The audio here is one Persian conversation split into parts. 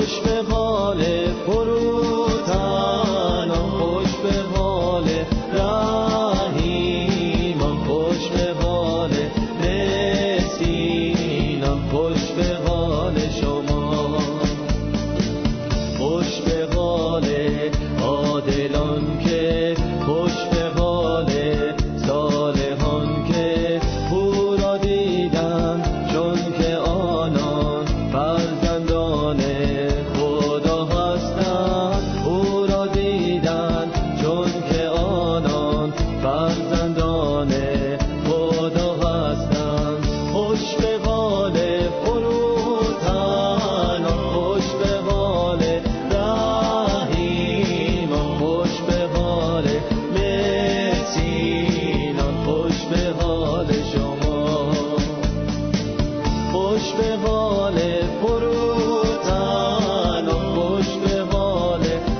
خوش به حال فروتنان، خوش به حال رحیمان، خوش به حال مسکینان، خوش به حال شما. خوش به حال عادلان که خوش به حال صالحان که او را دیدم، چون که آنان فرزندان خدا هستند. او را دیدم چون که آنان فرزندان خدا هستند. خوش به حال فروتنان، خوش به حال رحیمان، خوش به حال مسکینان، خوش به حال شما. خوش به حال فروتنان، خوش به حال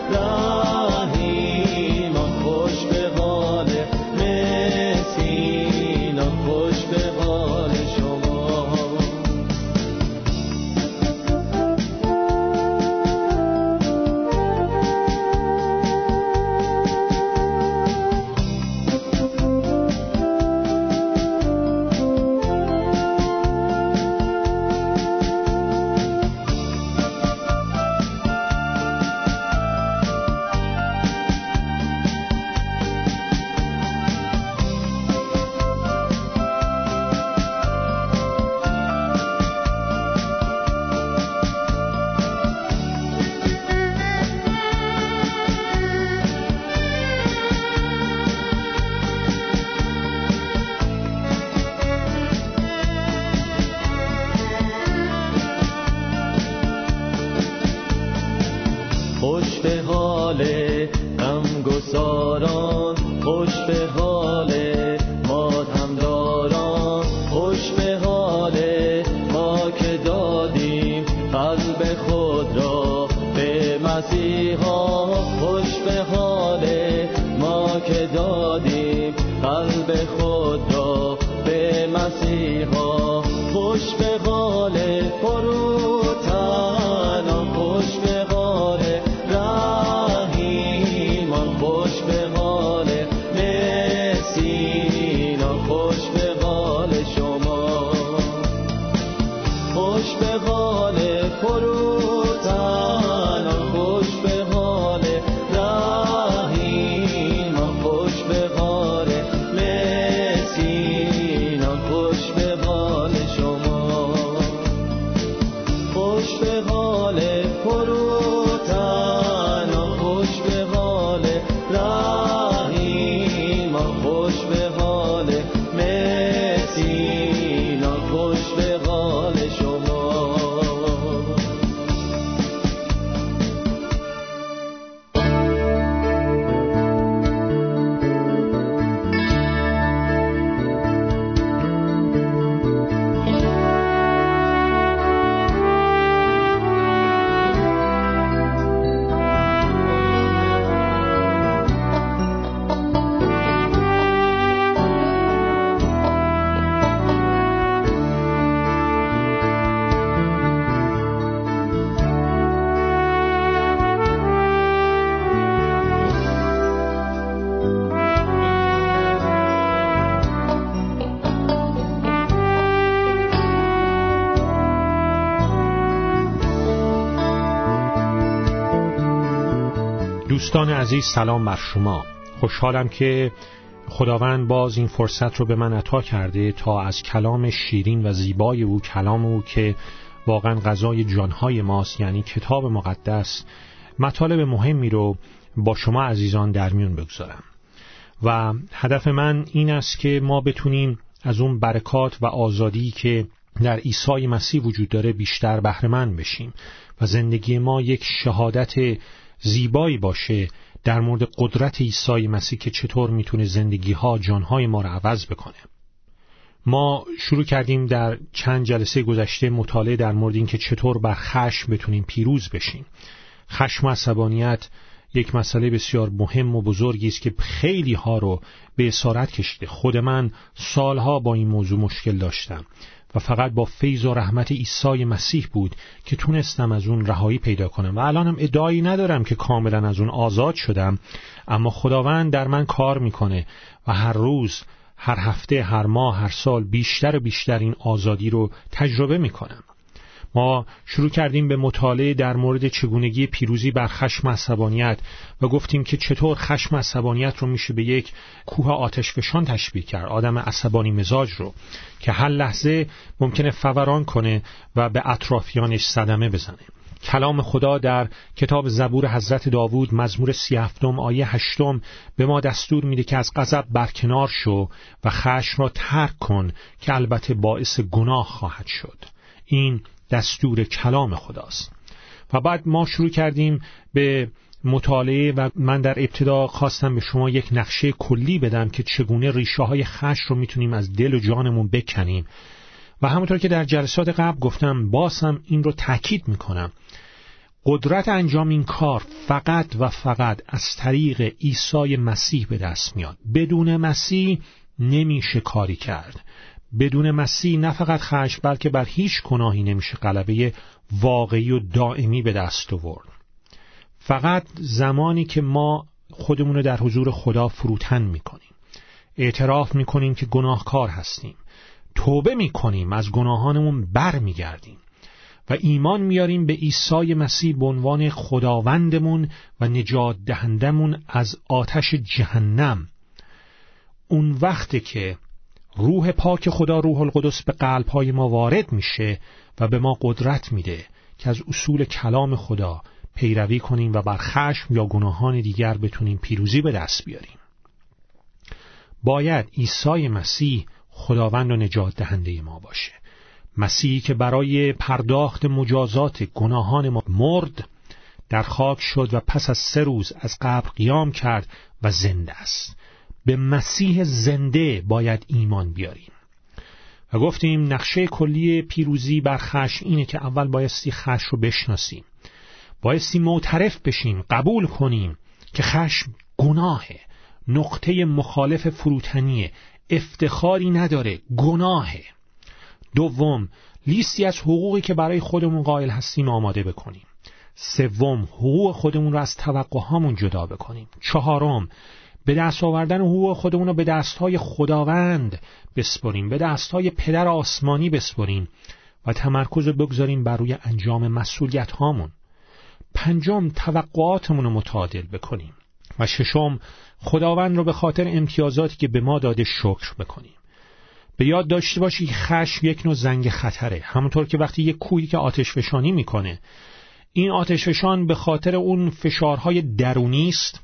رحیمان، خوش به حال مسکینان، خوش به حال شما. خوش به حال غمگساران، خوش به حال ماتمداران، خوش به حال ما که دادیم قلب خود را به مسیحا. خوش به حال ما که دادیم قلب خود را به مسیحا. خوش به حال فروتنان، خوش به حال رحیمان، خوش به حال مسکینان، خوش به حال شما. خوش به حال فروتنان، خوش به حال رحیمان، خوش به حال مسکینان، خوش به حال شما. خوش به حال فروتنان، خوش به حال رحیمان، خوش به حال مسکینان، خوش به حال شما. دوستان عزیز، سلام بر شما. خوشحالم که خداوند باز این فرصت رو به من عطا کرده تا از کلام شیرین و زیبای او، کلام او که واقعا غذای جانهای ماست، یعنی کتاب مقدس، مطالب مهمی رو با شما عزیزان در میون بگذارم. و هدف من این است که ما بتونیم از اون برکات و آزادی که در عیسی مسیح وجود داره بیشتر بهره مند بشیم و زندگی ما یک شهادت زیبایی باشه در مورد قدرت عیسی مسیح که چطور میتونه زندگی‌ها، جانهای ما رو عوض بکنه. ما شروع کردیم در چند جلسه گذشته مطالعه در مورد این که چطور بر خشم بتونیم پیروز بشیم. خشم و عصبانیت یک مسئله بسیار مهم و بزرگی است که خیلی ها رو به اسارت کشیده. خود من سالها با این موضوع مشکل داشتم و فقط با فیض و رحمت عیسی مسیح بود که تونستم از اون رهایی پیدا کنم. و الانم ادعایی ندارم که کاملا از اون آزاد شدم، اما خداوند در من کار میکنه و هر روز، هر هفته، هر ماه، هر سال بیشتر و بیشتر این آزادی رو تجربه میکنم. ما شروع کردیم به مطالعه در مورد چگونگی پیروزی بر خشم و عصبانیت و گفتیم که چطور خشم و عصبانیت رو میشه به یک کوه آتشفشان تشبیه کرد، آدم عصبانی مزاج رو که هر لحظه ممکنه فوران کنه و به اطرافیانش صدمه بزنه. کلام خدا در کتاب زبور حضرت داوود مزمور 37 آیه 8 به ما دستور میده که از غضب برکنار شو و خشم را ترک کن که البته باعث گناه خواهد شد. این دستور کلام خداست. و بعد ما شروع کردیم به مطالعه و من در ابتدا خواستم به شما یک نقشه کلی بدم که چگونه ریشه های خشم رو میتونیم از دل و جانمون بکنیم. و همونطور که در جلسات قبل گفتم، بازم این رو تاکید میکنم، قدرت انجام این کار فقط و فقط از طریق عیسی مسیح به دست میاد. بدون مسیح نمیشه کاری کرد. بدون مسیح نه فقط خشم بلکه بر هیچ گناهی نمیشه غلبه واقعی و دائمی به دست آورد. فقط زمانی که ما خودمون رو در حضور خدا فروتن میکنیم، اعتراف میکنیم که گناهکار هستیم، توبه میکنیم، از گناهانمون بر میگردیم و ایمان میاریم به عیسی مسیح به عنوان خداوندمون و نجات دهندمون از آتش جهنم، اون وقته که روح پاک خدا، روح القدس، به قلب‌های ما وارد میشه و به ما قدرت میده که از اصول کلام خدا پیروی کنیم و بر خشم یا گناهان دیگر بتونیم پیروزی به دست بیاریم. باید عیسی مسیح خداوند و نجات دهنده ما باشه. مسیحی که برای پرداخت مجازات گناهان ما مرد، در خاک شد و پس از 3 روز از قبر قیام کرد و زنده است. به مسیح زنده باید ایمان بیاریم. و گفتیم نقشه کلی پیروزی بر خشم اینه که اول بایستی خشم رو بشناسیم، بایستی معترف بشیم، قبول کنیم که خشم گناهه، نقطه مخالف فروتنیه، افتخاری نداره، گناهه. دوم، لیستی از حقوقی که برای خودمون قائل هستیم آماده بکنیم. سوم، حقوق خودمون رو از توقعهامون جدا بکنیم. چهارم، به دست آوردن حقوق خودمون رو به دستهای خداوند بسپریم، به دستهای پدر آسمانی بسپریم و تمرکز رو بگذاریم بر روی انجام مسئولیت هامون. پنجم، توقعاتمون رو متعادل بکنیم و ششم، خداوند رو به خاطر امتیازاتی که به ما داده شکر بکنیم. به یاد داشته باشی که خشم یک نوع زنگ خطره. همونطور که وقتی یک کوهی که آتش فشانی میکنه، این آتش فشان به خاطر اون فشارهای درونی است.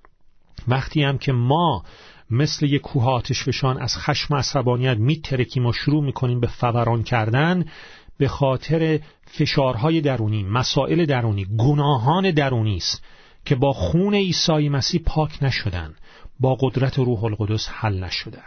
وقتی هم که ما مثل یک کوه آتش فشان از خشم و عصبانیت میترکیم و شروع میکنیم به فوران کردن، به خاطر فشارهای درونی، مسائل درونی، گناهان درونی است که با خون عیسی مسیح پاک نشدن، با قدرت روح القدس حل نشدن.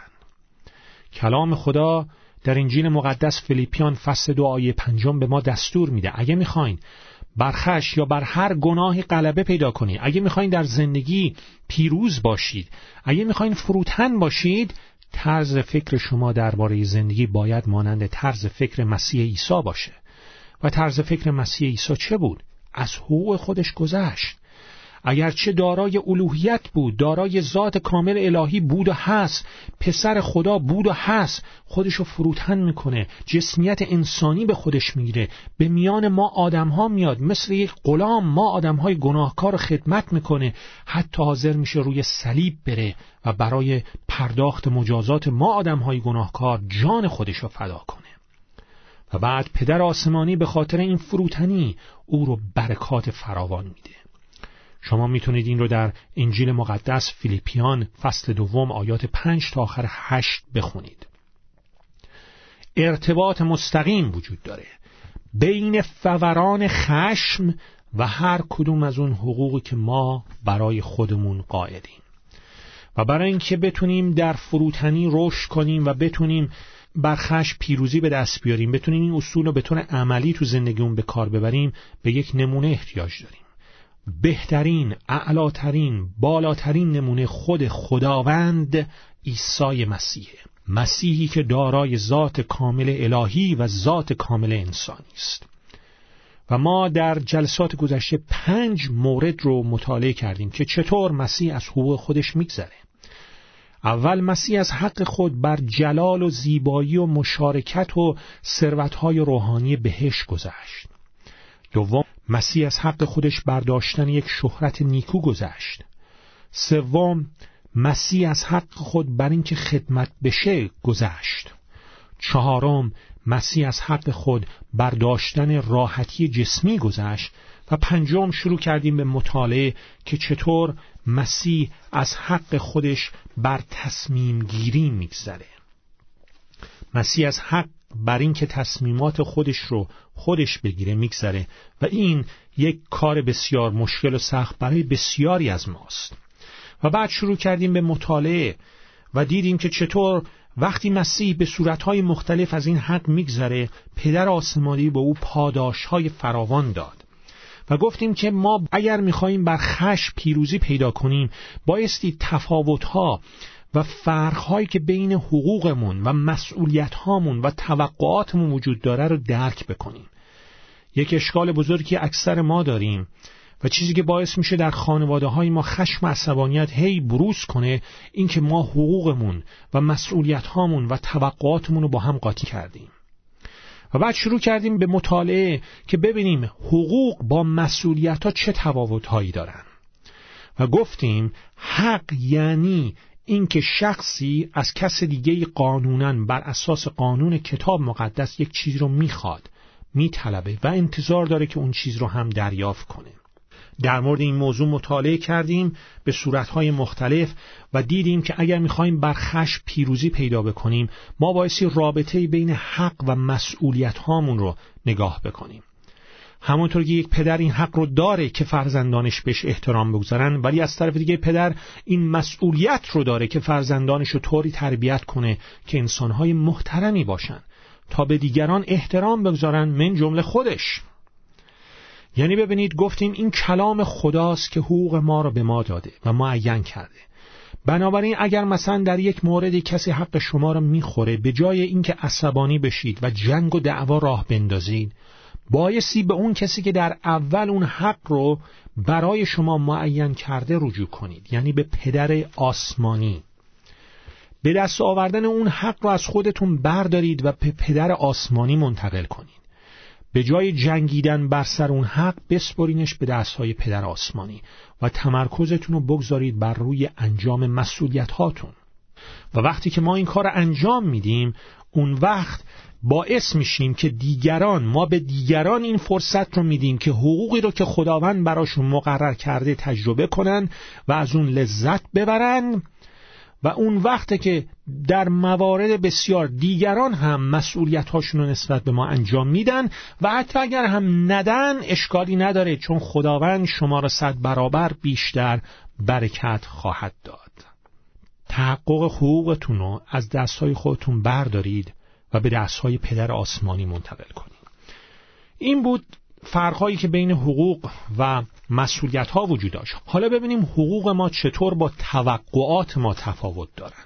کلام خدا در انجیل مقدس فیلیپیان فصل 2 آیه 5 به ما دستور میده اگه میخواین بر خشم یا بر هر گناهی غلبه پیدا کنید، اگه میخواین در زندگی پیروز باشید، اگه میخواین فروتن باشید، طرز فکر شما درباره زندگی باید مانند طرز فکر مسیح عیسی باشه. و طرز فکر مسیح عیسی چه بود؟ از حقوق خودش گذشت. اگرچه دارای الوهیت بود، دارای ذات کامل الهی بود و هست، پسر خدا بود و هست، خودشو فروتن میکنه، جسمیت انسانی به خودش میگیره، به میان ما آدم ها میاد، مثل یک غلام ما آدم های گناهکار رو خدمت میکنه، حتی حاضر میشه روی صلیب بره و برای پرداخت مجازات ما آدم های گناهکار جان خودشو فدا کنه. و بعد پدر آسمانی به خاطر این فروتنی او رو برکات فراوان میده. شما میتونید این رو در انجیل مقدس فیلیپیان فصل 2 آیات 5 تا آخر 8 بخونید. ارتباط مستقیم وجود داره بین فوران خشم و هر کدوم از اون حقوقی که ما برای خودمون قائلیم. و برای اینکه بتونیم در فروتنی رشد کنیم و بتونیم بر خشم پیروزی به دست بیاریم، بتونیم این اصول رو به طور عملی تو زندگیمون به کار ببریم، به یک نمونه احتیاج داریم. بهترین، اعلاترین، بالاترین نمونه خود خداوند عیسی مسیحه. مسیحی که دارای ذات کامل الهی و ذات کامل انسانی است. و ما در جلسات گذشته 5 مورد رو مطالعه کردیم که چطور مسیح از حقوق خودش میگذره. اول، مسیح از حق خود بر جلال و زیبایی و مشارکت و ثروت‌های روحانی بهشت گذشت. دوم، مسیح از حق خودش برداشتن یک شهرت نیکو گذشت. سوم، مسیح از حق خود بر اینکه خدمت بشه گذشت. چهارم، مسیح از حق خود برداشتن راحتی جسمی گذشت. و پنجم، شروع کردیم به مطالعه که چطور مسیح از حق خودش بر تصمیم گیری میگذره. مسیح از حق بر این که تصمیمات خودش رو خودش بگیره میگذره و این یک کار بسیار مشکل و سخت برای بسیاری از ماست. و بعد شروع کردیم به مطالعه و دیدیم که چطور وقتی مسیح به صورتهای مختلف از این حق میگذره، پدر آسمانی به او پاداشهای فراوان داد. و گفتیم که ما اگر میخواییم بر خشم پیروزی پیدا کنیم، بایستی تفاوتها و فرقهایی که بین حقوقمون و مسئولیتهامون و توقعاتمون وجود داره رو درک بکنیم. یک اشکال بزرگی اکثر ما داریم و چیزی که باعث میشه در خانواده‌های ما خشم و عصبانیت هی بروز کنه، این که ما حقوقمون و مسئولیت‌هامون و توقعاتمون رو با هم قاطی کردیم. و بعد شروع کردیم به مطالعه که ببینیم حقوق با مسئولیت‌ها چه تفاوت‌هایی دارن. و گفتیم حق یعنی این که شخصی از کس دیگه قانوناً بر اساس قانون کتاب مقدس یک چیز رو میخواد، میطلبه و انتظار داره که اون چیز رو هم دریافت کنه. در مورد این موضوع مطالعه کردیم به صورتهای مختلف و دیدیم که اگر میخوایم بر خشم پیروزی پیدا بکنیم، ما بایستی رابطه بین حق و مسئولیت هامون رو نگاه بکنیم. همونطور که یک پدر این حق رو داره که فرزندانش بهش احترام بگذارن، ولی از طرف دیگه پدر این مسئولیت رو داره که فرزندانش رو طوری تربیت کنه که انسانهای محترمی باشن تا به دیگران احترام بگذارن، من جمله خودش. یعنی ببینید گفتیم این کلام خداست که حقوق ما رو به ما داده و معین کرده. بنابراین اگر مثلا در یک موردی کسی حق شما رو میخوره، به جای اینکه عصبانی بشید و جنگ و دعوا راه بندازید، بایستی به اون کسی که در اول اون حق رو برای شما معین کرده رجوع کنید، یعنی به پدر آسمانی. به دست آوردن اون حق رو از خودتون بردارید و به پدر آسمانی منتقل کنید. به جای جنگیدن بر سر اون حق، بسپرینش به دستهای پدر آسمانی و تمرکزتون رو بگذارید بر روی انجام مسئولیت هاتون. و وقتی که ما این کار انجام میدیم، اون وقت باعث میشیم که ما به دیگران این فرصت رو میدیم که حقوقی رو که خداوند براشون مقرر کرده تجربه کنن و از اون لذت ببرن. و اون وقته که در موارد بسیار دیگران هم مسئولیت هاشون رو نسبت به ما انجام میدن و حتی اگر هم ندن اشکالی نداره، چون خداوند شما را 100 برابر بیشتر برکت خواهد داد. تحقق حقوقتون رو از دستهای خودتون بردارید و به دستهای پدر آسمانی منتقل کنید. این بود فرقهایی که بین حقوق و مسئولیت ها وجود داشت. حالا ببینیم حقوق ما چطور با توقعات ما تفاوت دارن.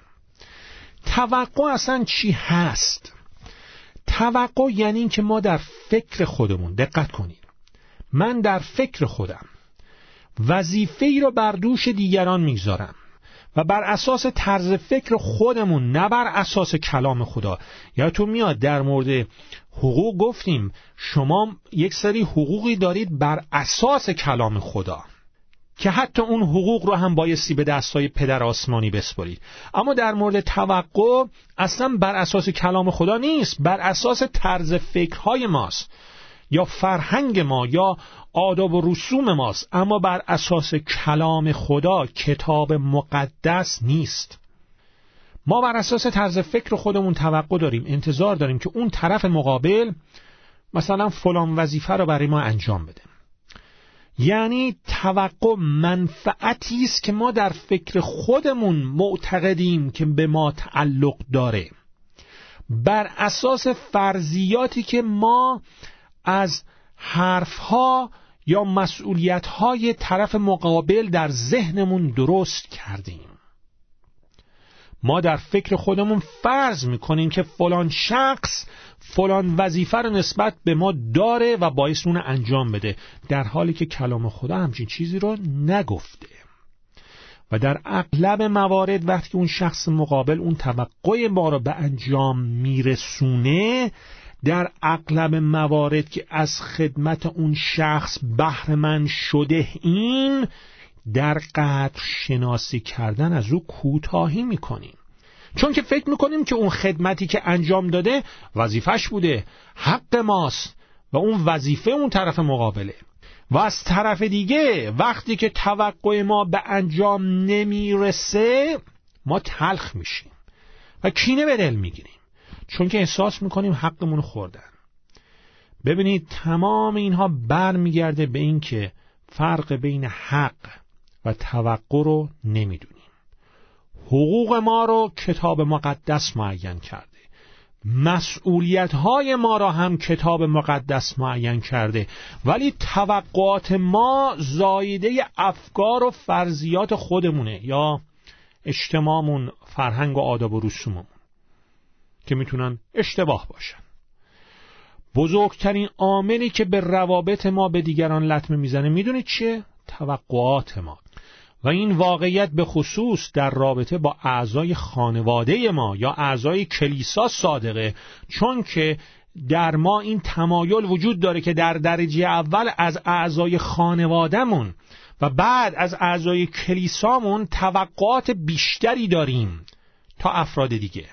توقع اصلا چی هست؟ توقع یعنی این که ما در فکر خودمون، دقت کنید، من در فکر خودم وظیفه ای رو بر دوش دیگران میگذارم و بر اساس طرز فکر خودمون، نه بر اساس کلام خدا. یادتون میاد در مورد حقوق گفتیم شما یک سری حقوقی دارید بر اساس کلام خدا که حتی اون حقوق رو هم بایستی به دستای پدر آسمانی بسپارید. اما در مورد توقع اصلا بر اساس کلام خدا نیست، بر اساس طرز فکرهای ماست یا فرهنگ ما یا آداب و رسوم ماست، اما بر اساس کلام خدا، کتاب مقدس نیست. ما بر اساس طرز فکر خودمون توقع داریم، انتظار داریم که اون طرف مقابل مثلا فلان وظیفه رو برای ما انجام بده. یعنی توقع منفعتی است که ما در فکر خودمون معتقدیم که به ما تعلق داره، بر اساس فرضیاتی که ما از حرفها یا مسئولیت‌های طرف مقابل در ذهنمون درست کردیم. ما در فکر خودمون فرض میکنیم که فلان شخص فلان وظیفه رو نسبت به ما داره و باعث اون انجام بده، در حالی که کلام خدا همچین چیزی رو نگفته. و در اغلب موارد وقتی که اون شخص مقابل اون توقع ما رو به انجام میرسونه، در اغلب موارد که از خدمت اون شخص بهره مند شده این در قدر شناسی کردن از او کوتاهی میکنیم، چون که فکر میکنیم که اون خدمتی که انجام داده وظیفش بوده، حق ماست و اون وظیفه اون طرف مقابله. و از طرف دیگه وقتی که توقع ما به انجام نمیرسه ما تلخ میشیم و کینه به دل میگیریم، چون که احساس میکنیم حقمون خوردن. ببینید تمام اینها برمیگرده به این که فرق بین حق و توقع رو نمیدونیم. حقوق ما رو کتاب مقدس معین کرده، مسئولیت‌های ما را هم کتاب مقدس معین کرده، ولی توقعات ما زایده افکار و فرضیات خودمونه یا اجتماعمون، فرهنگ و آداب و رسوممون که میتونن اشتباه باشن. بزرگترین عاملی که به روابط ما به دیگران لطمه میزنه میدونید چیه؟ توقعات ما. و این واقعیت به خصوص در رابطه با اعضای خانواده ما یا اعضای کلیسا صادقه، چون که در ما این تمایل وجود داره که در درجه اول از اعضای خانوادهمون و بعد از اعضای کلیسامون توقعات بیشتری داریم تا افراد دیگه،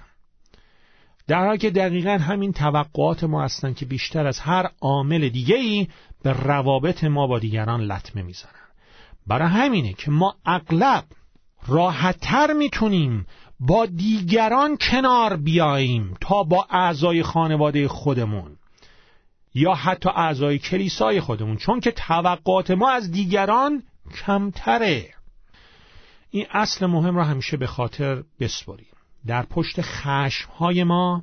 در حالی که دقیقاً همین توقعات ما هستن که بیشتر از هر عامل دیگه‌ای به روابط ما با دیگران لطمه میزنن. برای همینه که ما اغلب راحت‌تر میتونیم با دیگران کنار بیاییم تا با اعضای خانواده خودمون یا حتی اعضای کلیسای خودمون، چون که توقعات ما از دیگران کمتره. این اصل مهم را همیشه به خاطر بسپاریم. در پشت خشم‌های ما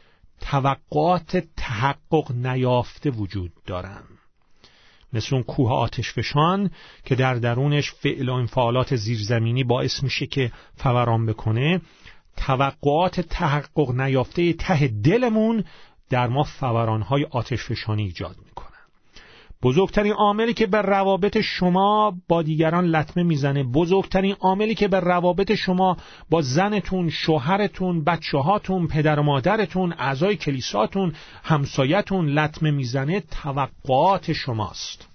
توقعات تحقق نیافته وجود دارند، مثل اون کوه آتشفشان که در درونش فعل و انفعالات زیرزمینی باعث میشه که فوران بکنه. توقعات تحقق نیافته ته دلمون در ما فوران‌های آتشفشانی ایجاد میکنن. بزرگترین عاملی که به روابط شما با دیگران لطمه میزنه، بزرگترین عاملی که به روابط شما با زنتون، شوهرتون، بچه‌هاتون، پدر و مادرتون، اعضای کلیساتون، همسایتون لطمه میزنه توقعات شماست.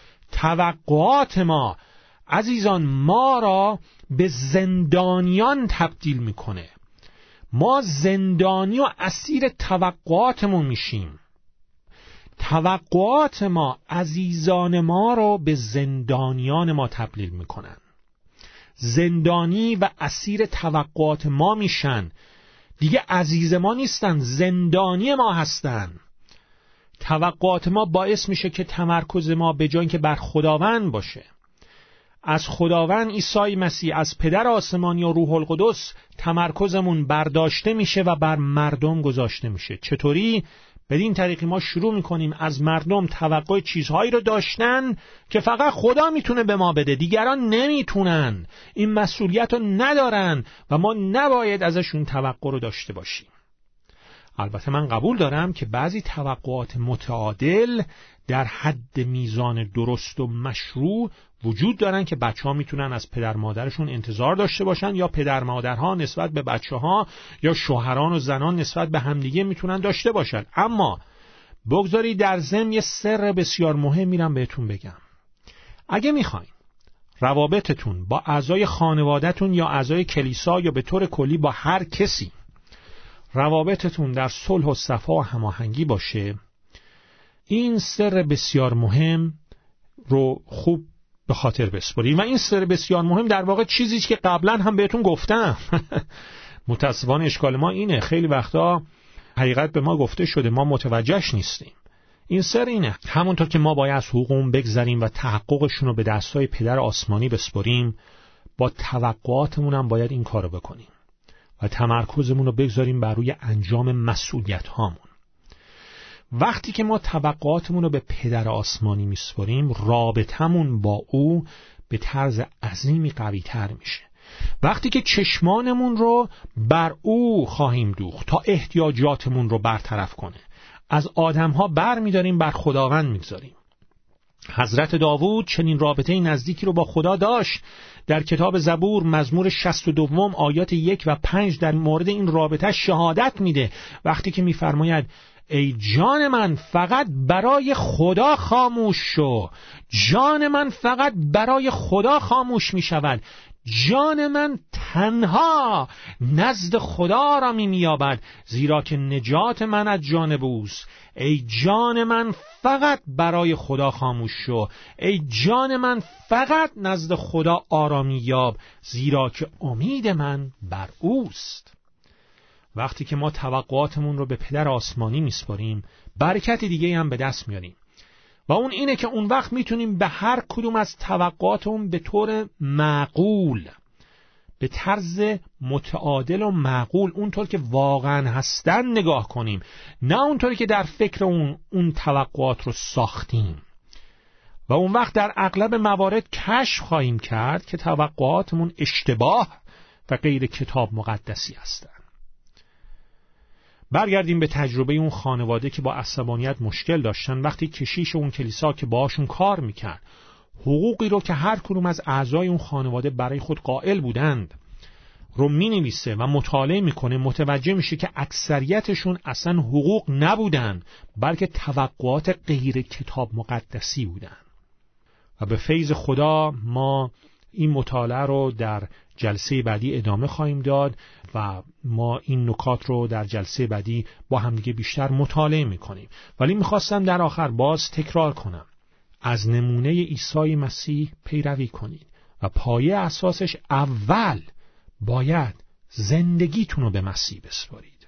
توقعات ما عزیزان ما را به زندانیان تبدیل میکنه. ما زندانی و اسیر توقعاتمون میشیم. توقعات ما عزیزان ما رو به زندانیان ما تبدیل میکنن. زندانی و اسیر توقعات ما میشن، دیگه عزیز ما نیستن، زندانی ما هستن. توقعات ما باعث میشه که تمرکز ما به جای اینکه بر خداوند باشه، از خداوند عیسی مسیح، از پدر آسمانی و روح القدس تمرکزمون برداشته میشه و بر مردم گذاشته میشه. چطوری؟ بدین طریقی ما شروع میکنیم از مردم توقع چیزهایی رو داشتن که فقط خدا میتونه به ما بده، دیگران نمیتونن، این مسئولیت رو ندارن و ما نباید ازشون توقع رو داشته باشیم. البته من قبول دارم که بعضی توقعات متعادل در حد میزان درست و مشروع وجود دارن که بچه‌ها میتونن از پدر مادرشون انتظار داشته باشن، یا پدر مادرها نسبت به بچه‌ها یا شوهران و زنان نسبت به همدیگه میتونن داشته باشن. اما بگذاری در ضمن یه سر بسیار مهم میرم بهتون بگم. اگه میخواین روابطتون با اعضای خانواده‌تون یا اعضای کلیسا یا به طور کلی با هر کسی روابطتون در صلح و صفا و هماهنگی باشه، این سر بسیار مهم رو خوب به خاطر بسپارید. و این سر بسیار مهم در واقع چیزی که قبلا هم بهتون گفتم. متاسفانه اشکال ما اینه، خیلی وقتا حقیقت به ما گفته شده ما متوجهش نیستیم. این سر اینه، همونطور که ما باید از حقوقمون بگذریم و تحققشون رو به دستای پدر آسمانی بسپاریم، با توقعاتمون هم باید این کارو بکنیم و تمرکزمون رو بگذاریم بر روی انجام مسئولیت هامون. وقتی که ما توقعاتمون رو به پدر آسمانی میسپاریم، رابطمون با او به طرز عظیمی قوی تر میشه وقتی که چشمانمون رو بر او خواهیم دوخت تا احتیاجاتمون رو برطرف کنه، از آدم‌ها بر می‌داریم بر خداوند می‌گذاریم. حضرت داوود چنین رابطه نزدیکی رو با خدا داشت. در کتاب زبور مزمور 62 آیات 1 و 5 در مورد این رابطه شهادت میده، وقتی که می‌فرماید ای جان من فقط برای خدا خاموش شو. جان من فقط برای خدا خاموش می شود. جان من تنها نزد خدا را می‌یابد، زیرا که نجات من از جانب اوست. ای جان من فقط برای خدا خاموش شو. ای جان من فقط نزد خدا آرامی یاب، زیرا که امید من بر اوست. وقتی که ما توقعاتمون رو به پدر آسمانی میسپاریم، برکت دیگه هم به دست میاریم و اون اینه که اون وقت میتونیم به هر کدوم از توقعاتمون به طور معقول، به طرز متعادل و معقول، اونطور که واقعا هستن نگاه کنیم، نه اونطوری که در فکر اون توقعات رو ساختیم. و اون وقت در اغلب موارد کشف خواهیم کرد که توقعاتمون اشتباه و غیر کتاب مقدسی هستن. برگردیم به تجربه اون خانواده که با عصبانیت مشکل داشتن. وقتی کشیش اون کلیسا که باهاشون کار میکرد حقوقی رو که هر کدوم از اعضای اون خانواده برای خود قائل بودند رو مینویسه و مطالعه میکنه، متوجه میشه که اکثریتشون اصلا حقوق نبودن، بلکه توقعات غیر کتاب مقدسی بودن. و به فیض خدا ما این مطالعه رو در جلسه بعدی ادامه خواهیم داد و ما این نکات رو در جلسه بعدی با همدیگه بیشتر مطالعه میکنیم. ولی میخواستم در آخر باز تکرار کنم، از نمونه عیسی مسیح پیروی کنید و پایه اساسش اول باید زندگیتون رو به مسیح بسپارید.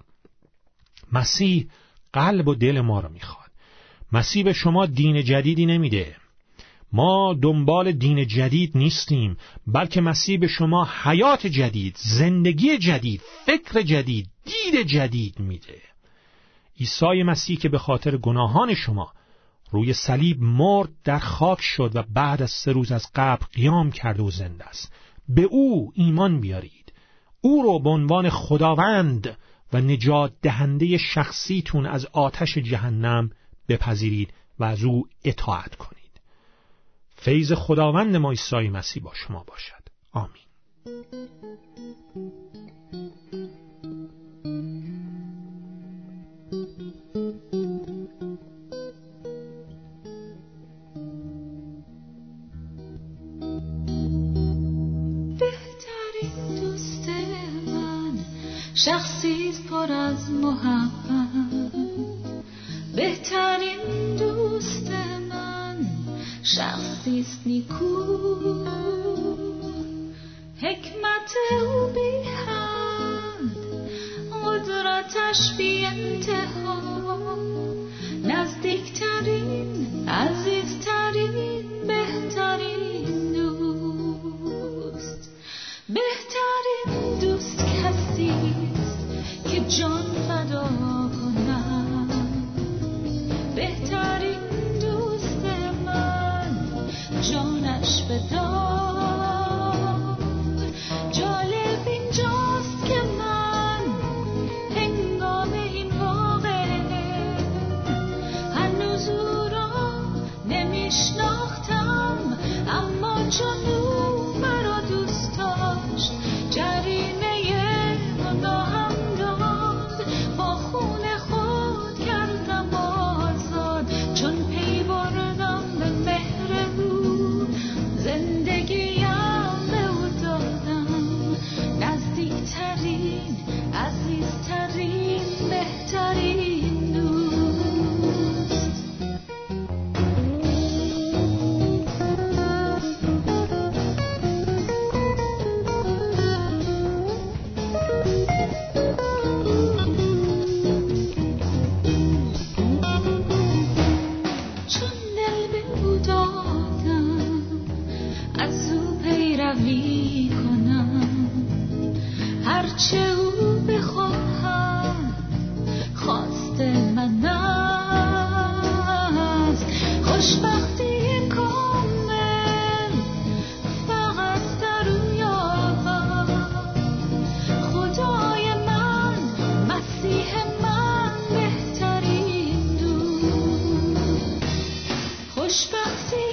مسیح قلب و دل ما رو میخواد. مسیح به شما دین جدیدی نمیده. ما دنبال دین جدید نیستیم، بلکه مسیح به شما حیات جدید، زندگی جدید، فکر جدید، دید جدید میده. عیسی مسیح که به خاطر گناهان شما روی صلیب مرد، در خاک شد و بعد از 3 روز از قبر قیام کرده و زنده است. به او ایمان بیارید، او رو به عنوان خداوند و نجات دهنده شخصیتون از آتش جهنم بپذیرید و از او اطاعت کنید. فیض خداوند ما عیسی مسیح با شما باشد. آمین. بهترین دوست من شخصیست پر از محبت. بهترین دوست من شخصیست نیکو. حکمت او بی حد، قدرتش بی انتها. نزدیکترین، عزیزترین، بهترین دوست. بهترین دوست کسیست که جان فدا کند. بهترین دوست من جانش بداد. جالب اینجاست که من هنگام این واقعه هنوز او را نمیشناختم، اما چون او مرا دوست داشت جریمه گناهم داد. با خون خود کردم آزاد، چون پی بردم به مهر او. زندگیم به او دادم، نزدیکترین، عزیزترین، بهترین دوست. چون دل به او دادم از او پیروی کنم، هرچه او بخواهد خواست من است. خوشبختی کامل فقط در او یابم، وقتی